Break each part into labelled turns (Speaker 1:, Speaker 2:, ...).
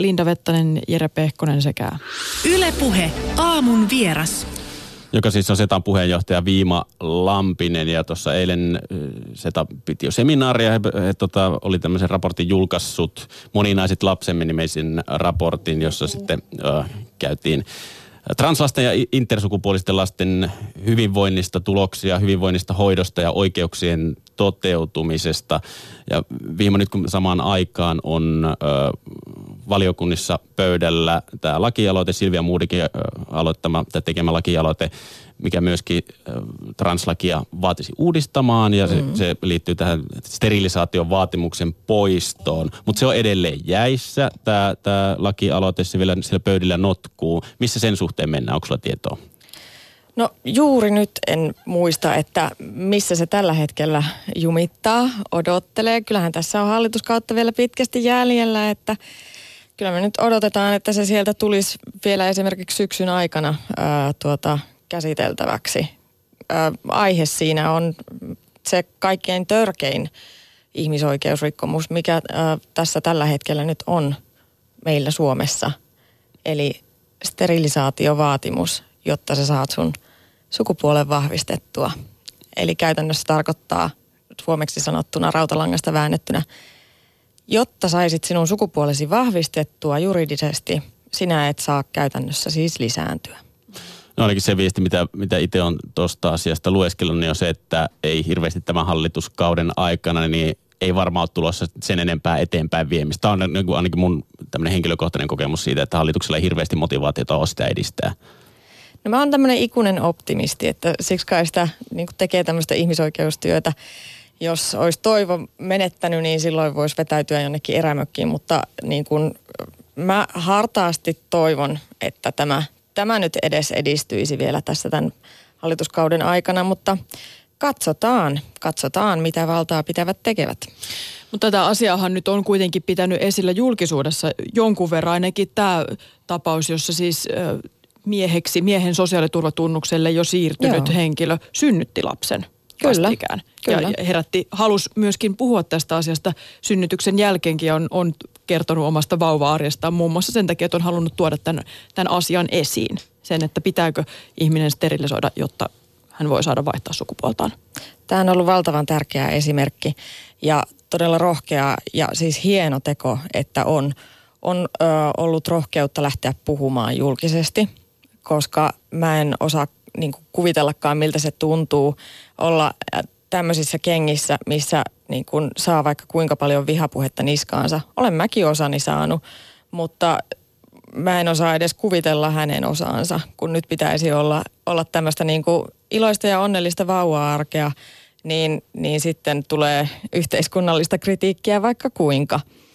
Speaker 1: Linda Vettanen, Jere Pehkonen sekä
Speaker 2: Yle Puhe, aamun vieras.
Speaker 3: Joka siis on SETAn puheenjohtaja Viima Lampinen, ja tuossa eilen SETA piti jo seminaaria. He oli tämmöisen raportin julkaissut, Moninaiset lapsemme -nimisen raportin, jossa sitten käytiin translasten ja intersukupuolisten lasten hyvinvoinnista, tuloksia, hyvinvoinnista, hoidosta ja oikeuksien toteutumisesta. Ja Viima, nyt kun samaan aikaan on valiokunnissa pöydällä tämä lakialoite, Silvia Modigin aloittama tai tekemä lakialoite, mikä myöskin translakia vaatisi uudistamaan, ja se liittyy tähän sterilisaation vaatimuksen poistoon. Mutta se on edelleen jäissä, tämä lakialoite, se vielä siellä pöydillä notkuu. Missä sen suhteen mennään? Onko sulla tietoa?
Speaker 4: No juuri nyt en muista, että missä se tällä hetkellä jumittaa, odottelee. Kyllähän tässä on hallituskautta vielä pitkästi jäljellä, että kyllä me nyt odotetaan, että se sieltä tulisi vielä esimerkiksi syksyn aikana käsiteltäväksi. Aihe siinä on se kaikkein törkein ihmisoikeusrikkomus, mikä tässä tällä hetkellä nyt on meillä Suomessa. Eli sterilisaatiovaatimus, jotta sä saat sun sukupuolen vahvistettua. Eli käytännössä tarkoittaa suomeksi sanottuna rautalangasta väännettynä, jotta saisit sinun sukupuolesi vahvistettua juridisesti, sinä et saa käytännössä siis lisääntyä.
Speaker 3: No ainakin se viesti, mitä itse on tuosta asiasta lueskellut, niin on se, että ei hirveästi tämän hallituskauden aikana, niin ei varmaan ole tulossa sen enempää eteenpäin viemistä. Tämä on ainakin mun tämmöinen henkilökohtainen kokemus siitä, että hallituksella ei hirveästi motivaatiota ole sitä edistää.
Speaker 4: No mä oon tämmöinen ikuinen optimisti, että siksi kai sitä niin tekee tämmöistä ihmisoikeustyötä. Jos olisi toivo menettänyt, niin silloin voisi vetäytyä jonnekin erämökkiin, mutta niin kuin mä hartaasti toivon, että tämä nyt edes edistyisi vielä tässä tämän hallituskauden aikana, mutta katsotaan mitä valtaa pitävät tekevät.
Speaker 1: Mutta tätä asiaahan nyt on kuitenkin pitänyt esillä julkisuudessa jonkun verran, ainakin tämä tapaus, jossa siis miehen sosiaaliturvatunnukselle jo siirtynyt henkilö synnytti lapsen vastikään. Kyllä. Ja halusi myöskin puhua tästä asiasta synnytyksen jälkeenkin ja on kertonut omasta vauva-arjestaan muun muassa sen takia, että on halunnut tuoda tämän asian esiin. Sen, että pitääkö ihminen sterilisoida, jotta hän voi saada vaihtaa sukupuoltaan.
Speaker 4: Tämä on ollut valtavan tärkeä esimerkki ja todella rohkea ja siis hieno teko, että on ollut rohkeutta lähteä puhumaan julkisesti, koska mä en osaa niin kuin kuvitellakaan, miltä se tuntuu olla tämmöisissä kengissä, missä niin kuin saa vaikka kuinka paljon vihapuhetta niskaansa. Olen mäkin osani saanut, mutta mä en osaa edes kuvitella hänen osaansa, kun nyt pitäisi olla tämmöistä niin kuin iloista ja onnellista vauva-arkea, niin sitten tulee yhteiskunnallista kritiikkiä vaikka kuinka.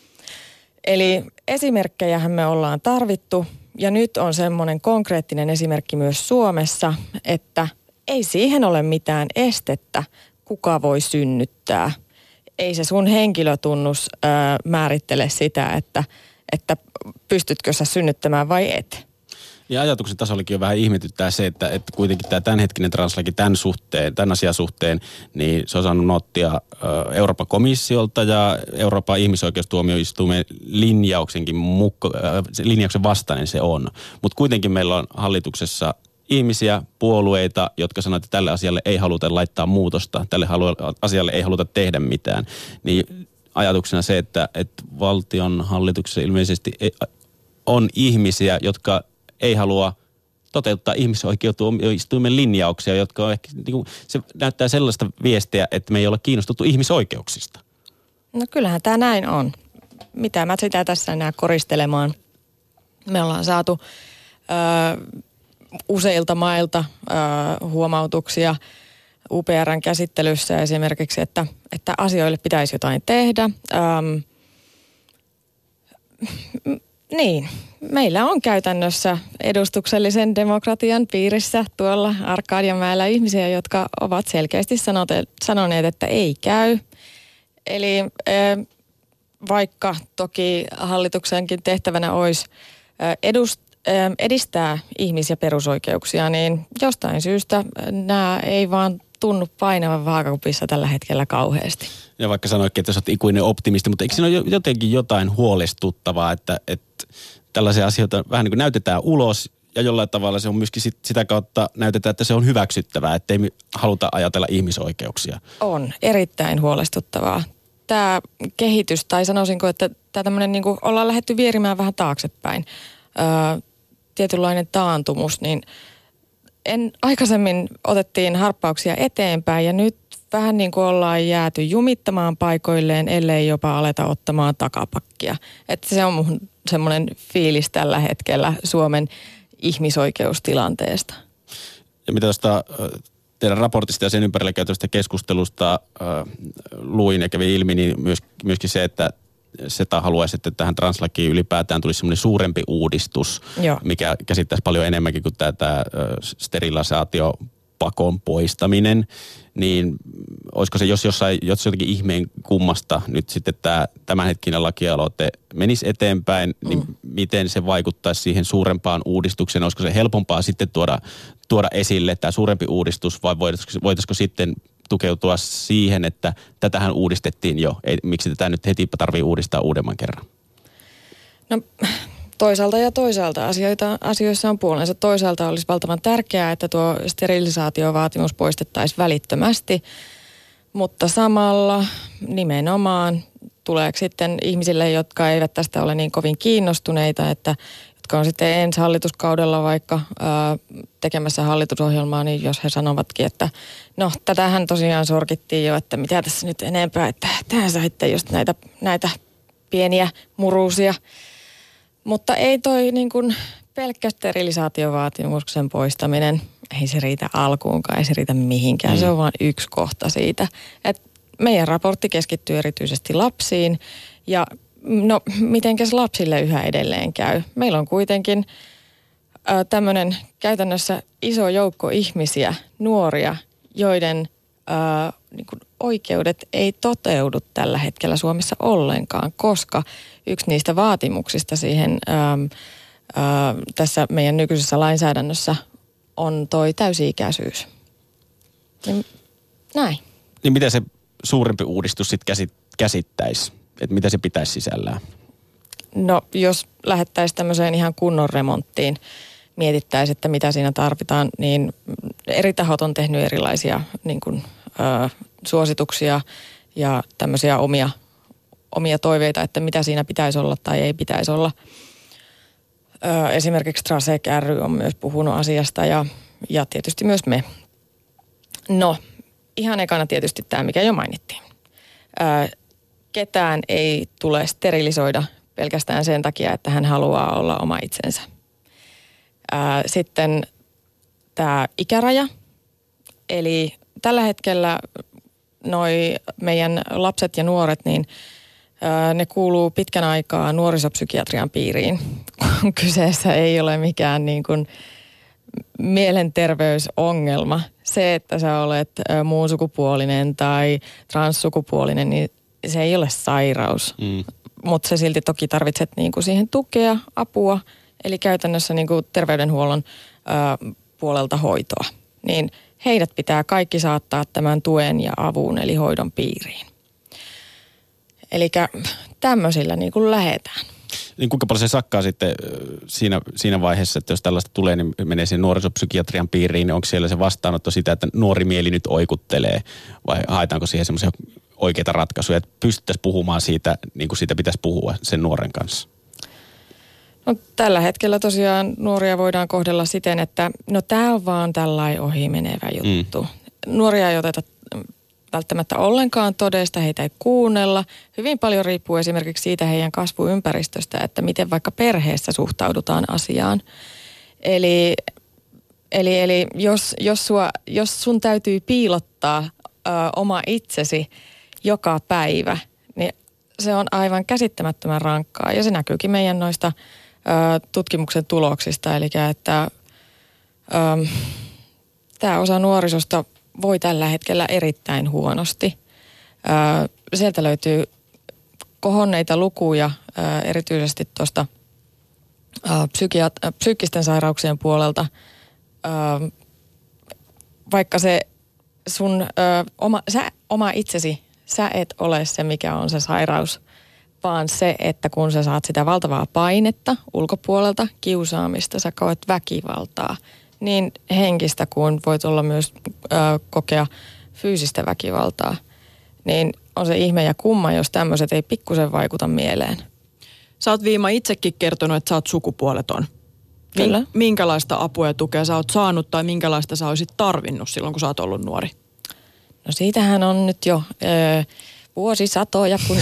Speaker 4: Eli esimerkkejähän me ollaan tarvittu. Ja nyt on semmoinen konkreettinen esimerkki myös Suomessa, että ei siihen ole mitään estettä, kuka voi synnyttää. Ei se sun henkilötunnus määrittele sitä, että pystytkö sä synnyttämään vai et.
Speaker 3: Ja ajatuksen tasollakin on vähän ihmetyttää se, että kuitenkin tämä tämänhetkinen translaki tämän asian suhteen, niin se on saanut nottia Euroopan komissiolta ja Euroopan ihmisoikeustuomioistuimen linjauksen vastainen se on. Mutta kuitenkin meillä on hallituksessa ihmisiä, puolueita, jotka sanoo, että tälle asialle ei haluta laittaa muutosta, tälle asialle ei haluta tehdä mitään. Niin ajatuksena se, että valtion hallituksessa ilmeisesti on ihmisiä, jotka ei halua toteuttaa ihmisoikeustuomioistuimen linjauksia, jotka on ehkä, se näyttää sellaista viestiä, että me ei olla kiinnostuttu ihmisoikeuksista.
Speaker 4: No kyllähän tämä näin on. Mitä mä sitä tässä enää koristelemaan. Me ollaan saatu useilta mailta huomautuksia UPR:n käsittelyssä esimerkiksi, että asioille pitäisi jotain tehdä. Niin, meillä on käytännössä edustuksellisen demokratian piirissä tuolla Arkadianmäellä ihmisiä, jotka ovat selkeästi sanoneet, että ei käy. Eli vaikka toki hallituksenkin tehtävänä olisi edistää ihmis- ja perusoikeuksia, niin jostain syystä nämä ei vaan tunnu painavan vaakakupissa tällä hetkellä kauheasti.
Speaker 3: Ja vaikka sanoikin, että sä oot ikuinen optimisti, mutta eikö siinä ole jotenkin jotain huolestuttavaa, että tällaisia asioita vähän niin kuin näytetään ulos ja jollain tavalla se on myöskin sitä kautta näytetään, että se on hyväksyttävää, ettei haluta ajatella ihmisoikeuksia. On
Speaker 4: erittäin huolestuttavaa. Tämä kehitys, tai sanoisinko, että tämä tämmöinen niin kuin ollaan lähdetty vierimään vähän taaksepäin. Tietynlainen taantumus, niin aikaisemmin otettiin harppauksia eteenpäin ja nyt vähän niin kuin ollaan jääty jumittamaan paikoilleen, ellei jopa aleta ottamaan takapakkia. Että se on mun semmoinen fiilis tällä hetkellä Suomen ihmisoikeustilanteesta.
Speaker 3: Ja mitä tuosta teidän raportista ja sen ympärillä käytöstä keskustelusta luin ja kävi ilmi, niin myöskin se, että SETA haluaisi, että tähän translakiin ylipäätään tulisi semmoinen suurempi uudistus, mikä käsittäisi paljon enemmänkin kuin tämä sterilisaatiopakon poistaminen. Niin olisiko se, jos jotenkin ihmeen kummasta nyt sitten tämä tämänhetkinen lakialoite menisi eteenpäin, niin miten se vaikuttaisi siihen suurempaan uudistukseen? Olisiko se helpompaa sitten tuoda esille tämä suurempi uudistus vai voitaisiko sitten tukeutua siihen, että tätähän uudistettiin jo? Miksi tätä nyt heti tarvitsee uudistaa uudemman kerran?
Speaker 4: No toisaalta ja toisaalta asioissa on puolensa. Toisaalta olisi valtavan tärkeää, että tuo sterilisaatiovaatimus poistettaisiin välittömästi, mutta samalla nimenomaan tuleeko sitten ihmisille, jotka eivät tästä ole niin kovin kiinnostuneita, jotka on sitten ensi hallituskaudella vaikka tekemässä hallitusohjelmaa, niin jos he sanovatkin, että no tätähän tosiaan sorkittiin jo, että mitä tässä nyt enempää, että tähän saitte just näitä pieniä murusia. Mutta ei toi niin kuin pelkkä sterilisaatiovaatimuksen poistaminen, ei se riitä alkuunkaan, ei se riitä mihinkään. Se on vain yksi kohta siitä. Et meidän raportti keskittyy erityisesti lapsiin ja no mitenkäs lapsille yhä edelleen käy. Meillä on kuitenkin tämmöinen käytännössä iso joukko ihmisiä, nuoria, joiden niin kuin oikeudet ei toteudu tällä hetkellä Suomessa ollenkaan, koska yksi niistä vaatimuksista siihen tässä meidän nykyisessä lainsäädännössä on toi täysi-ikäisyys. Niin, näin.
Speaker 3: Niin mitä se suurempi uudistus sitten käsittäisi? Että mitä se pitäisi sisällään?
Speaker 4: No jos lähettäisiin tämmöiseen ihan kunnon remonttiin, mietittäisiin, että mitä siinä tarvitaan, niin eri tahot on tehnyt erilaisia niin kuin, suosituksia ja tämmöisiä omia toiveita, että mitä siinä pitäisi olla tai ei pitäisi olla. Esimerkiksi Trasek ry on myös puhunut asiasta ja tietysti myös me. No, ihan ekana tietysti tämä, mikä jo mainittiin. Ketään ei tule sterilisoida pelkästään sen takia, että hän haluaa olla oma itsensä. Sitten tämä ikäraja, eli tällä hetkellä noi meidän lapset ja nuoret, niin ne kuuluu pitkän aikaa nuorisopsykiatrian piiriin. Kyseessä ei ole mikään niin kuin mielenterveysongelma. Se, että sä olet muun sukupuolinen tai transsukupuolinen, niin se ei ole sairaus. Mutta se silti toki tarvitset niin kuin siihen tukea, apua, eli käytännössä niin kuin terveydenhuollon puolelta hoitoa. Niin heidät pitää kaikki saattaa tämän tuen ja avun eli hoidon piiriin. Eli tämmöisillä niin kuin lähdetään.
Speaker 3: Niin kuinka paljon se sakkaa sitten siinä vaiheessa, että jos tällaista tulee, niin menee siihen nuorisopsykiatrian piiriin, niin onko siellä se vastaanotto sitä, että nuori mieli nyt oikuttelee vai haetaanko siihen semmoisia oikeita ratkaisuja, että pystyttäisiin puhumaan siitä, niin kuin siitä pitäisi puhua sen nuoren kanssa?
Speaker 4: No, tällä hetkellä tosiaan nuoria voidaan kohdella siten, että no tämä on vaan tällainen ohimenevä juttu. Nuoria ei oteta välttämättä ollenkaan todesta, heitä ei kuunnella. Hyvin paljon riippuu esimerkiksi siitä heidän kasvuympäristöstä, että miten vaikka perheessä suhtaudutaan asiaan. Eli jos sun täytyy piilottaa oma itsesi joka päivä, niin se on aivan käsittämättömän rankkaa. Ja se näkyykin meidän noista tutkimuksen tuloksista. Eli että tämä osa nuorisosta voi tällä hetkellä erittäin huonosti. Sieltä löytyy kohonneita lukuja erityisesti tuosta psyykkisten sairauksien puolelta. Vaikka se sun oma itsesi, sä et ole se, mikä on se sairaus, vaan se, että kun sä saat sitä valtavaa painetta ulkopuolelta, kiusaamista, sä koet väkivaltaa, niin henkistä kuin voit olla myös kokea fyysistä väkivaltaa, niin on se ihme ja kumma, jos tämmöiset ei pikkusen vaikuta mieleen.
Speaker 1: Sä oot Viima itsekin kertonut, että sä oot sukupuoleton.
Speaker 4: Kyllä.
Speaker 1: Minkälaista apua ja tukea sä oot saanut tai minkälaista sä olisit tarvinnut silloin, kun sä oot ollut nuori?
Speaker 4: No siitähän on nyt jo vuosisatoja, kun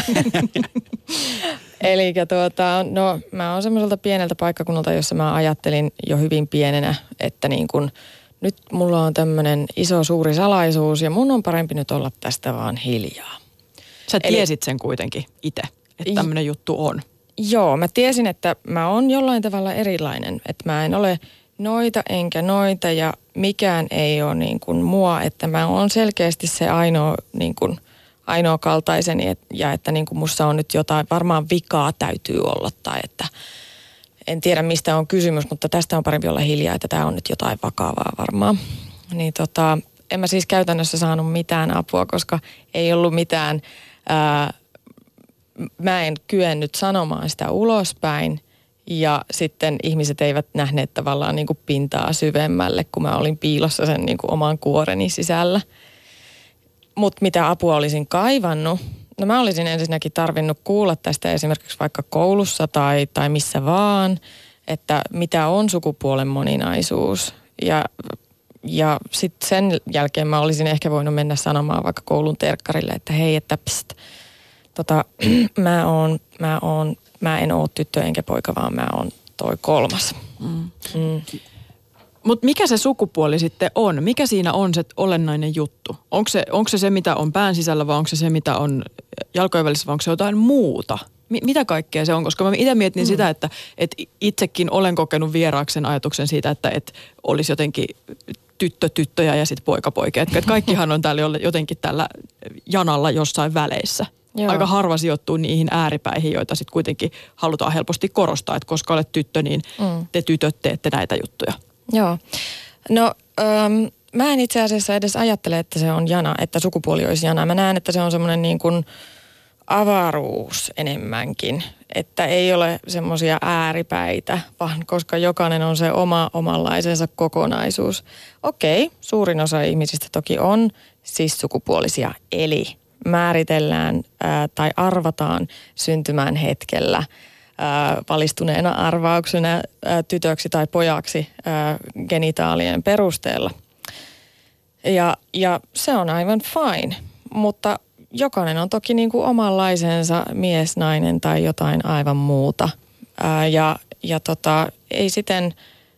Speaker 4: Eli no mä oon semmoiselta pieneltä paikkakunnalta, jossa mä ajattelin jo hyvin pienenä, että niin kun nyt mulla on tämmöinen iso suuri salaisuus ja mun on parempi nyt olla tästä vaan hiljaa.
Speaker 1: Sä tiesit sen kuitenkin itse, että tämmöinen juttu on.
Speaker 4: Joo, mä tiesin, että mä oon jollain tavalla erilainen, että mä en ole noita enkä noita ja mikään ei ole niin kuin mua, että mä oon selkeästi se ainoa kaltaiseni ja että niin kuin musta on nyt jotain, varmaan vikaa täytyy olla tai että en tiedä mistä on kysymys, mutta tästä on parempi olla hiljaa, että tämä on nyt jotain vakavaa varmaan. Niin en mä siis käytännössä saanut mitään apua, koska ei ollut mitään, mä en kyennyt sanomaan sitä ulospäin ja sitten ihmiset eivät nähneet tavallaan niin kuin pintaa syvemmälle, kun mä olin piilossa sen niin kuin oman kuoreni sisällä. Mutta mitä apua olisin kaivannut? No mä olisin ensinnäkin tarvinnut kuulla tästä esimerkiksi vaikka koulussa tai missä vaan, että mitä on sukupuolen moninaisuus. Ja sitten sen jälkeen mä olisin ehkä voinut mennä sanomaan vaikka koulun terkkarille, että hei, että pst, mä en oo tyttö enkä poika, vaan mä oon toi kolmas.
Speaker 1: Mutta mikä se sukupuoli sitten on? Mikä siinä on se olennainen juttu? Onko se mitä on pään sisällä vai onko se mitä on jalkojen välissä vai onko se jotain muuta? Mitä kaikkea se on? Koska mä itse mietin sitä, että itsekin olen kokenut vieraaksi ajatuksen siitä, että olisi jotenkin tyttöjä ja sitten poika. Että kaikkihan on täällä jotenkin tällä janalla jossain väleissä. Joo. Aika harva sijoittuu niihin ääripäihin, joita sitten kuitenkin halutaan helposti korostaa, että koska olet tyttö, niin te tytöt teette näitä juttuja.
Speaker 4: Joo. No mä en itse asiassa edes ajattele, että se on jana, että sukupuoli olisi jana. Mä näen, että se on semmoinen niin kuin avaruus enemmänkin, että ei ole semmoisia ääripäitä, vaan koska jokainen on se omanlaisensa kokonaisuus. Okei, suurin osa ihmisistä toki on cis-sukupuolisia, eli määritellään tai arvataan syntymään hetkellä valistuneena arvauksena tytöksi tai pojaksi genitaalien perusteella. Ja se on aivan fine, mutta jokainen on toki niin kuin omanlaisensa mies, nainen tai jotain aivan muuta. Ei siten,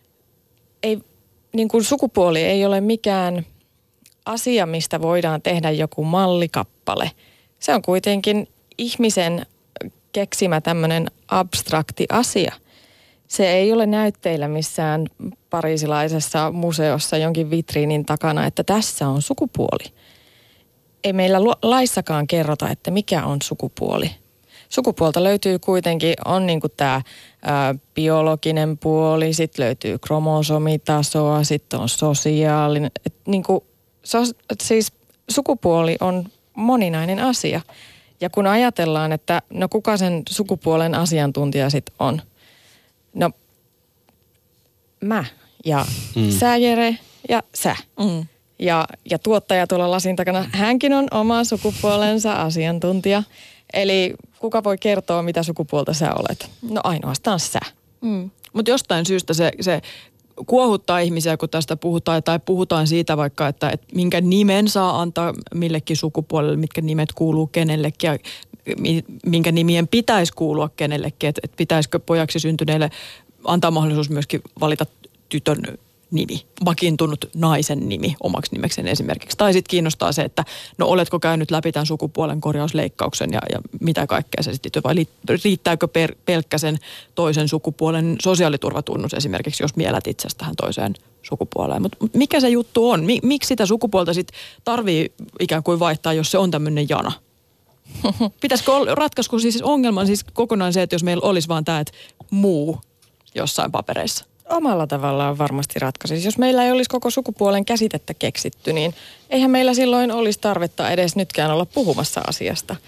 Speaker 4: niin kuin sukupuoli ei ole mikään asia, mistä voidaan tehdä joku mallikappale. Se on kuitenkin ihmisen keksimä tämmöinen abstrakti asia. Se ei ole näytteillä missään pariisilaisessa museossa jonkin vitriinin takana, että tässä on sukupuoli. Ei meillä laissakaan kerrota, että mikä on sukupuoli. Sukupuolta löytyy kuitenkin, on niinku tämä biologinen puoli, sitten löytyy kromosomitasoa, sitten on sosiaalinen. Siis sukupuoli on moninainen asia. Ja kun ajatellaan, että no kuka sen sukupuolen asiantuntija sitten on? No mä ja sä Jere ja sä. Ja tuottaja tuolla lasin takana, hänkin on oma sukupuolensa asiantuntija. Eli kuka voi kertoa, mitä sukupuolta sä olet? No ainoastaan sä.
Speaker 1: Mutta jostain syystä se kuohuttaa ihmisiä, kun tästä puhutaan, tai puhutaan siitä vaikka, että minkä nimen saa antaa millekin sukupuolelle, mitkä nimet kuuluu kenellekin ja minkä nimien pitäisi kuulua kenellekin, että pitäisikö pojaksi syntyneille antaa mahdollisuus myöskin valita tytön nimi, vakiintunut naisen nimi omaksi nimekseen esimerkiksi. Tai sitten kiinnostaa se, että no oletko käynyt läpi tämän sukupuolen korjausleikkauksen ja mitä kaikkea se sitten, vai riittääkö pelkkä sen toisen sukupuolen sosiaaliturvatunnus esimerkiksi, jos mielät itsestä tähän toiseen sukupuoleen. Mutta mikä se juttu on? Miksi sitä sukupuolta sitten tarvii ikään kuin vaihtaa, jos se on tämmöinen jana? Pitäisikö ratkaisko siis ongelman siis kokonaan se, että jos meillä olisi vaan tämä, että muu jossain papereissa?
Speaker 4: Omalla tavallaan varmasti ratkaisisi. Jos meillä ei olisi koko sukupuolen käsitettä keksitty, niin eihän meillä silloin olisi tarvetta edes nytkään olla puhumassa asiasta.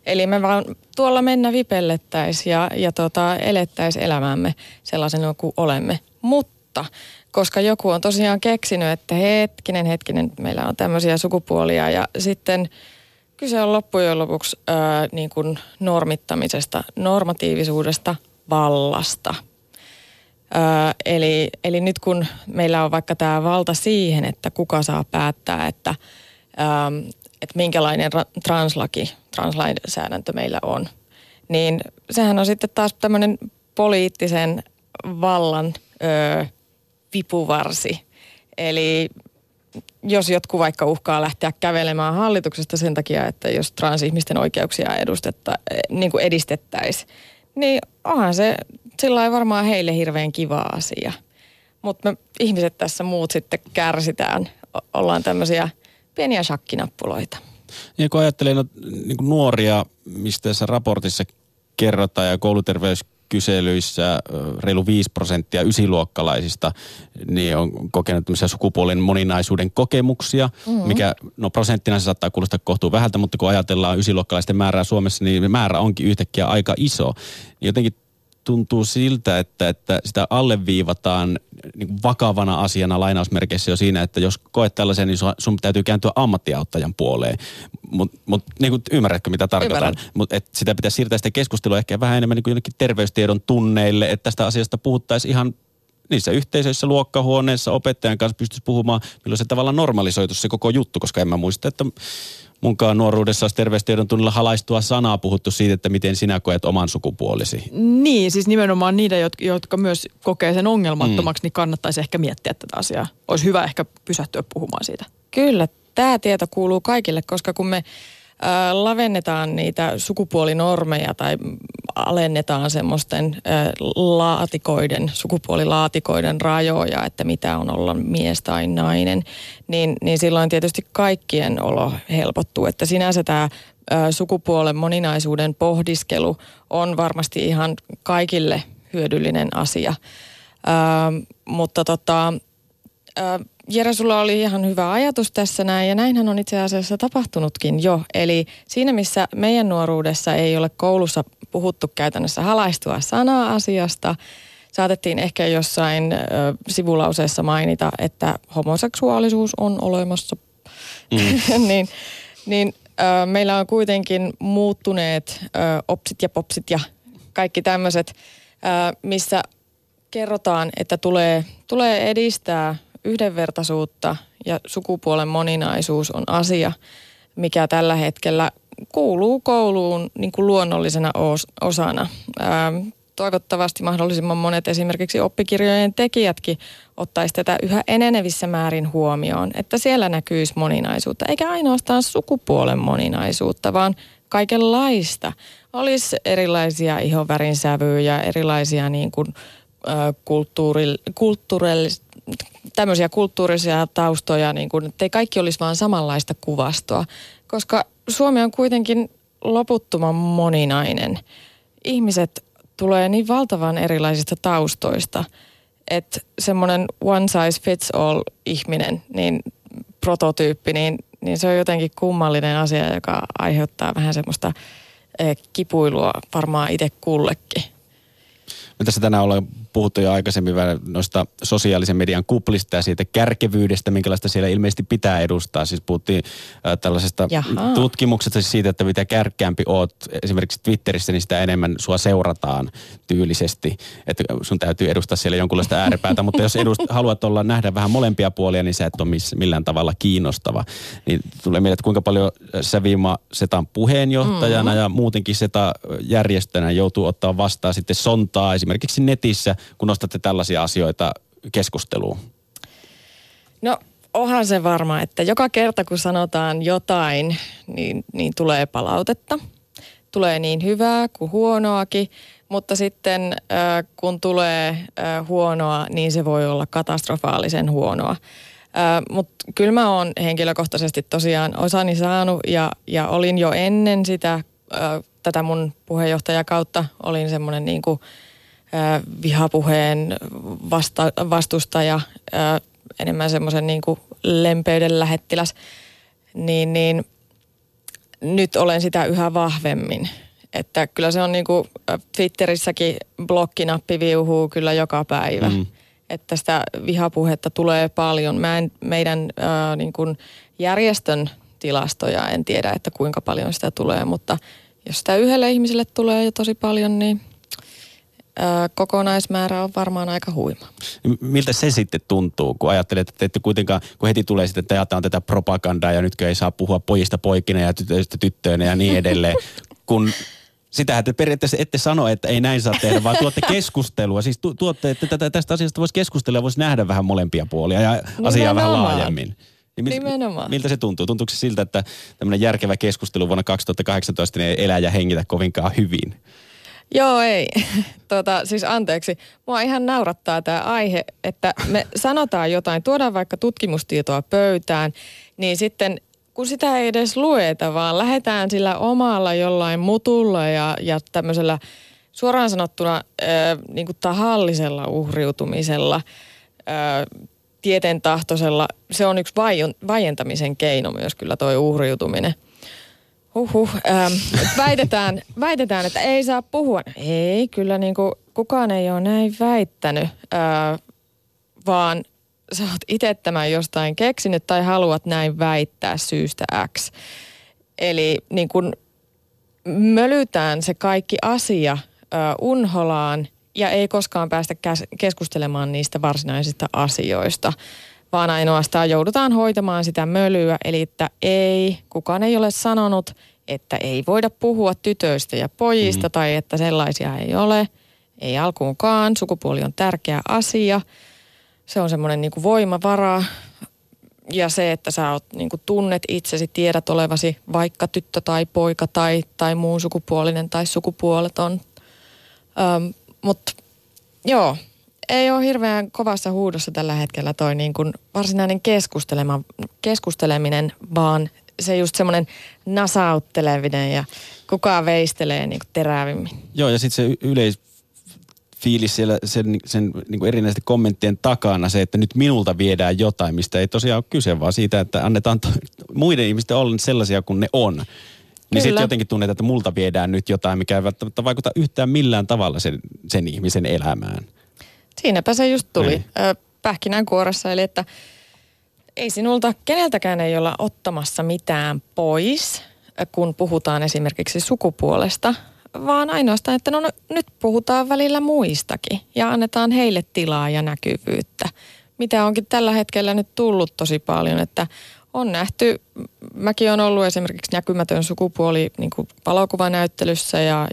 Speaker 4: Eli me vaan tuolla mennä vipellettäisiin ja elettäisiin elämäämme sellaisena kuin olemme. Mutta koska joku on tosiaan keksinyt, että hetkinen, meillä on tämmöisiä sukupuolia ja sitten kyse on loppujen lopuksi niin kuin normittamisesta, normatiivisuudesta, vallasta. Eli nyt kun meillä on vaikka tämä valta siihen, että kuka saa päättää, että minkälainen translainsäädäntö meillä on, niin sehän on sitten taas tämmöinen poliittisen vallan vipuvarsi. Eli jos jotkut vaikka uhkaa lähteä kävelemään hallituksesta sen takia, että jos transihmisten oikeuksia niin kuin edistettäisiin, niin onhan se sillä varmaan heille hirveän kiva asia. Mutta me ihmiset tässä muut sitten kärsitään. Ollaan tämmöisiä pieniä shakkinappuloita.
Speaker 3: Ja kun ajattelee niin kuin nuoria, mistä tässä raportissa kerrotaan ja kouluterveyskyselyissä reilu 5% ysiluokkalaisista niin on kokenut tämmöisiä sukupuolen moninaisuuden kokemuksia, mikä prosenttina se saattaa kuulostaa kohtuu vähältä, mutta kun ajatellaan ysiluokkalaisten määrää Suomessa, niin määrä onkin yhtäkkiä aika iso. Jotenkin tuntuu siltä, että sitä alleviivataan niin kuin vakavana asiana lainausmerkeissä jo siinä, että jos koet tällaisen, niin sun täytyy kääntyä ammattiauttajan puoleen. Mutta niin ymmärrätkö, mitä tarkoitan? Mutta sitä pitäisi siirtää sitä keskustelua ehkä vähän enemmän niin kuin jonnekin terveystiedon tunneille, että tästä asiasta puhuttaisiin ihan niissä yhteisöissä, luokkahuoneissa, opettajan kanssa pystyisi puhumaan, milloin se tavallaan normalisoitu se koko juttu, koska en mä muista, että munkaan nuoruudessa olisi terveystiedon tunnilla halaistua sanaa puhuttu siitä, että miten sinä koet oman sukupuolesi.
Speaker 1: Niin, siis nimenomaan niitä, jotka myös kokee sen ongelmattomaksi, niin kannattaisi ehkä miettiä tätä asiaa. Olisi hyvä ehkä pysähtyä puhumaan siitä.
Speaker 4: Kyllä, tämä tieto kuuluu kaikille, koska kun me lavennetaan niitä sukupuolinormeja tai alennetaan semmoisten sukupuolilaatikoiden rajoja, että mitä on olla mies tai nainen, niin silloin tietysti kaikkien olo helpottuu. Että sinänsä tämä sukupuolen moninaisuuden pohdiskelu on varmasti ihan kaikille hyödyllinen asia. Mutta Jere, sulla oli ihan hyvä ajatus tässä näin, ja näinhän on itse asiassa tapahtunutkin jo. Eli siinä, missä meidän nuoruudessa ei ole koulussa puhuttu käytännössä halaistua sanaa asiasta, saatettiin ehkä jossain sivulauseessa mainita, että homoseksuaalisuus on olemassa. niin meillä on kuitenkin muuttuneet opsit ja popsit ja kaikki tämmöiset, missä kerrotaan, että tulee edistää yhdenvertaisuutta ja sukupuolen moninaisuus on asia, mikä tällä hetkellä kuuluu kouluun niin kuin luonnollisena osana. Toivottavasti mahdollisimman monet esimerkiksi oppikirjojen tekijätkin ottaisi tätä yhä enenevissä määrin huomioon, että siellä näkyisi moninaisuutta, eikä ainoastaan sukupuolen moninaisuutta, vaan kaikenlaista. Olisi erilaisia ihonvärinsävyjä, erilaisia niin kuin tämmöisiä kulttuurisia taustoja, niin kuin, ettei kaikki olisi vaan samanlaista kuvastoa, koska Suomi on kuitenkin loputtoman moninainen. Ihmiset tulee niin valtavan erilaisista taustoista, että semmoinen one size fits all ihminen, niin prototyyppi, niin se on jotenkin kummallinen asia, joka aiheuttaa vähän semmoista kipuilua varmaan itse kullekin.
Speaker 3: Me tässä tänään ollaan puhuttu jo aikaisemmin noista sosiaalisen median kuplista ja siitä kärkevyydestä, minkälaista siellä ilmeisesti pitää edustaa. Siis puhuttiin tällaisesta tutkimuksesta siis siitä, että mitä kärkkäämpi oot esimerkiksi Twitterissä, niin sitä enemmän sua seurataan tyylisesti. Että sun täytyy edustaa siellä jonkunlaista ääripäätä, mutta jos haluat nähdä vähän molempia puolia, niin sä et ole millään tavalla kiinnostava. Niin tulee mieleen, että kuinka paljon sä Viima Setan puheenjohtajana ja muutenkin Seta-järjestönä joutuu ottaa vastaan sitten sontaa esimerkiksi netissä, kun nostatte tällaisia asioita keskusteluun? No onhan se varma, että joka kerta kun sanotaan jotain, niin tulee palautetta. Tulee niin hyvää kuin huonoakin, mutta sitten kun tulee huonoa, niin se voi olla katastrofaalisen huonoa. Mutta kyllä mä oon henkilökohtaisesti tosiaan osani saanut ja olin jo ennen tätä mun puheenjohtajakautta, olin semmoinen niin kuin vihapuheen vastustaja, enemmän semmoisen niin kuin lempeyden lähettiläs, niin
Speaker 4: nyt olen sitä yhä vahvemmin. Että kyllä se on niin kuin Twitterissäkin blokkinappi viuhuu kyllä joka päivä. Että sitä vihapuhetta tulee paljon. Meidän niin kuin järjestön tilastoja en tiedä, että kuinka paljon sitä tulee, mutta jos sitä yhdelle ihmiselle tulee jo tosi paljon, niin kokonaismäärä on varmaan aika huima.
Speaker 3: Miltä se sitten tuntuu, kun ajattelet, että ette kuitenkaan, kun heti tulee sitten, että jaetaan tätä propagandaa ja nytkö ei saa puhua pojista poikina ja tytöistä tyttöinä ja niin edelleen, kun sitähän te periaatteessa ette sano, että ei näin saa tehdä, vaan tuotte keskustelua. Siis tuotte, että tästä asiasta voisi keskustella ja voisi nähdä vähän molempia puolia ja asiaa vähän laajemmin.
Speaker 4: Nimenomaan.
Speaker 3: Miltä se tuntuu? Tuntuuko se siltä, että tämmöinen järkevä keskustelu vuonna 2018 niin ei elää ja hengitä kovinkaan hyvin?
Speaker 4: Joo, ei. Siis anteeksi. Mua ihan naurattaa tämä aihe, että me sanotaan jotain, tuodaan vaikka tutkimustietoa pöytään, niin sitten kun sitä ei edes lueta, vaan lähdetään sillä omalla jollain mutulla ja tämmöisellä suoraan sanottuna niin kuin tahallisella uhriutumisella, tietentahtoisella. Se on yksi vaientamisen keino myös kyllä toi uhriutuminen. Väitetään, että ei saa puhua. Ei, kyllä niin kuin kukaan ei ole näin väittänyt, vaan sä oot itse tämän jostain keksinyt tai haluat näin väittää syystä X. Eli niin kuin mölytään se kaikki asia unholaan ja ei koskaan päästä keskustelemaan niistä varsinaisista asioista, vaan ainoastaan joudutaan hoitamaan sitä mölyä, eli että kukaan ei ole sanonut, että ei voida puhua tytöistä ja pojista tai että sellaisia ei ole. Ei alkuunkaan, sukupuoli on tärkeä asia. Se on semmoinen niin kuin voimavara ja se, että sä niin kuin tunnet itsesi, tiedät olevasi vaikka tyttö tai poika tai muun sukupuolinen tai sukupuoleton. Mutta joo, ei ole hirveän kovassa huudossa tällä hetkellä toi niin kuin varsinainen keskusteleminen, vaan se just semmoinen nasautteleminen ja kukaan veistelee niin kuin terävimmin.
Speaker 3: Joo, ja sitten se yleisfiilis siellä sen niin kuin erinäisten kommenttien takana, se, että nyt minulta viedään jotain, mistä ei tosiaan ole kyse, vaan siitä, että annetaan muiden ihmisten olla sellaisia kuin ne on. Niin sitten jotenkin tunnetaan, että multa viedään nyt jotain, mikä ei välttämättä vaikuta yhtään millään tavalla sen ihmisen elämään.
Speaker 4: Siinäpä se just tuli pähkinänkuoressa, eli että ei sinulta keneltäkään ei olla ottamassa mitään pois, kun puhutaan esimerkiksi sukupuolesta, vaan ainoastaan, että nyt puhutaan välillä muistakin ja annetaan heille tilaa ja näkyvyyttä. Mitä onkin tällä hetkellä nyt tullut tosi paljon, että on nähty, mäkin olen ollut esimerkiksi näkymätön sukupuoli niin kuin valokuvanäyttelyssä ja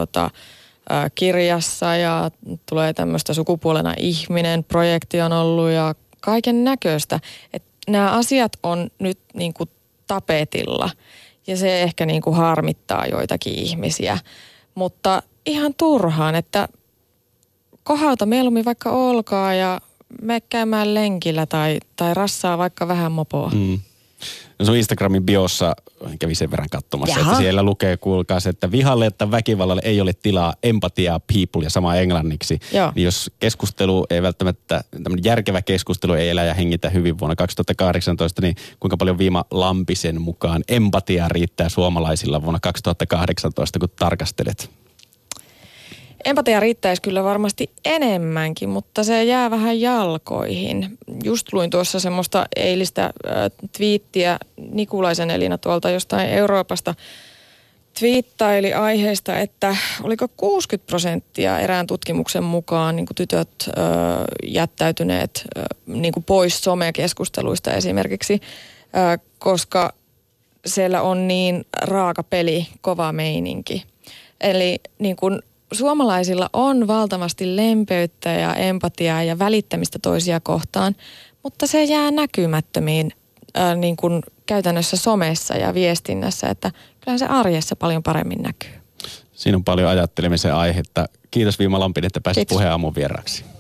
Speaker 4: kirjassa ja tulee tämmöistä sukupuolena ihminen, projekti on ollut ja kaiken näköistä. Että nämä asiat on nyt niin kuin tapetilla ja se ehkä niin kuin harmittaa joitakin ihmisiä. Mutta ihan turhaan, että kohauta mieluummin vaikka olkaa ja mene käymään lenkillä tai rassaa vaikka vähän mopoa.
Speaker 3: No sun Instagramin biossa kävi sen verran katsomassa, että siellä lukee, kuulkaas, että vihalle että väkivallalle ei ole tilaa, empatiaa, people ja sama englanniksi. Joo. Niin jos keskustelu ei välttämättä, tämmöinen järkevä keskustelu ei elä ja hengitä hyvin vuonna 2018, niin kuinka paljon Viima Lampisen mukaan empatiaa riittää suomalaisilla vuonna 2018, kun tarkastelet?
Speaker 4: Empatia riittäisi kyllä varmasti enemmänkin, mutta se jää vähän jalkoihin. Just luin tuossa semmoista eilistä twiittiä Nikulaisen Elina tuolta jostain Euroopasta twiittaili aiheesta, että oliko 60% erään tutkimuksen mukaan niin kuin tytöt jättäytyneet niin kuin pois somekeskusteluista esimerkiksi, koska siellä on niin raaka peli, kova meininki. Eli niin kuin suomalaisilla on valtavasti lempeyttä ja empatiaa ja välittämistä toisia kohtaan, mutta se jää näkymättömiin niin kuin käytännössä somessa ja viestinnässä, että kyllähän se arjessa paljon paremmin näkyy.
Speaker 3: Siinä on paljon ajattelemisen aihetta. Kiitos Viima Lampinen, että pääsit Puheen Aamun vieraksi.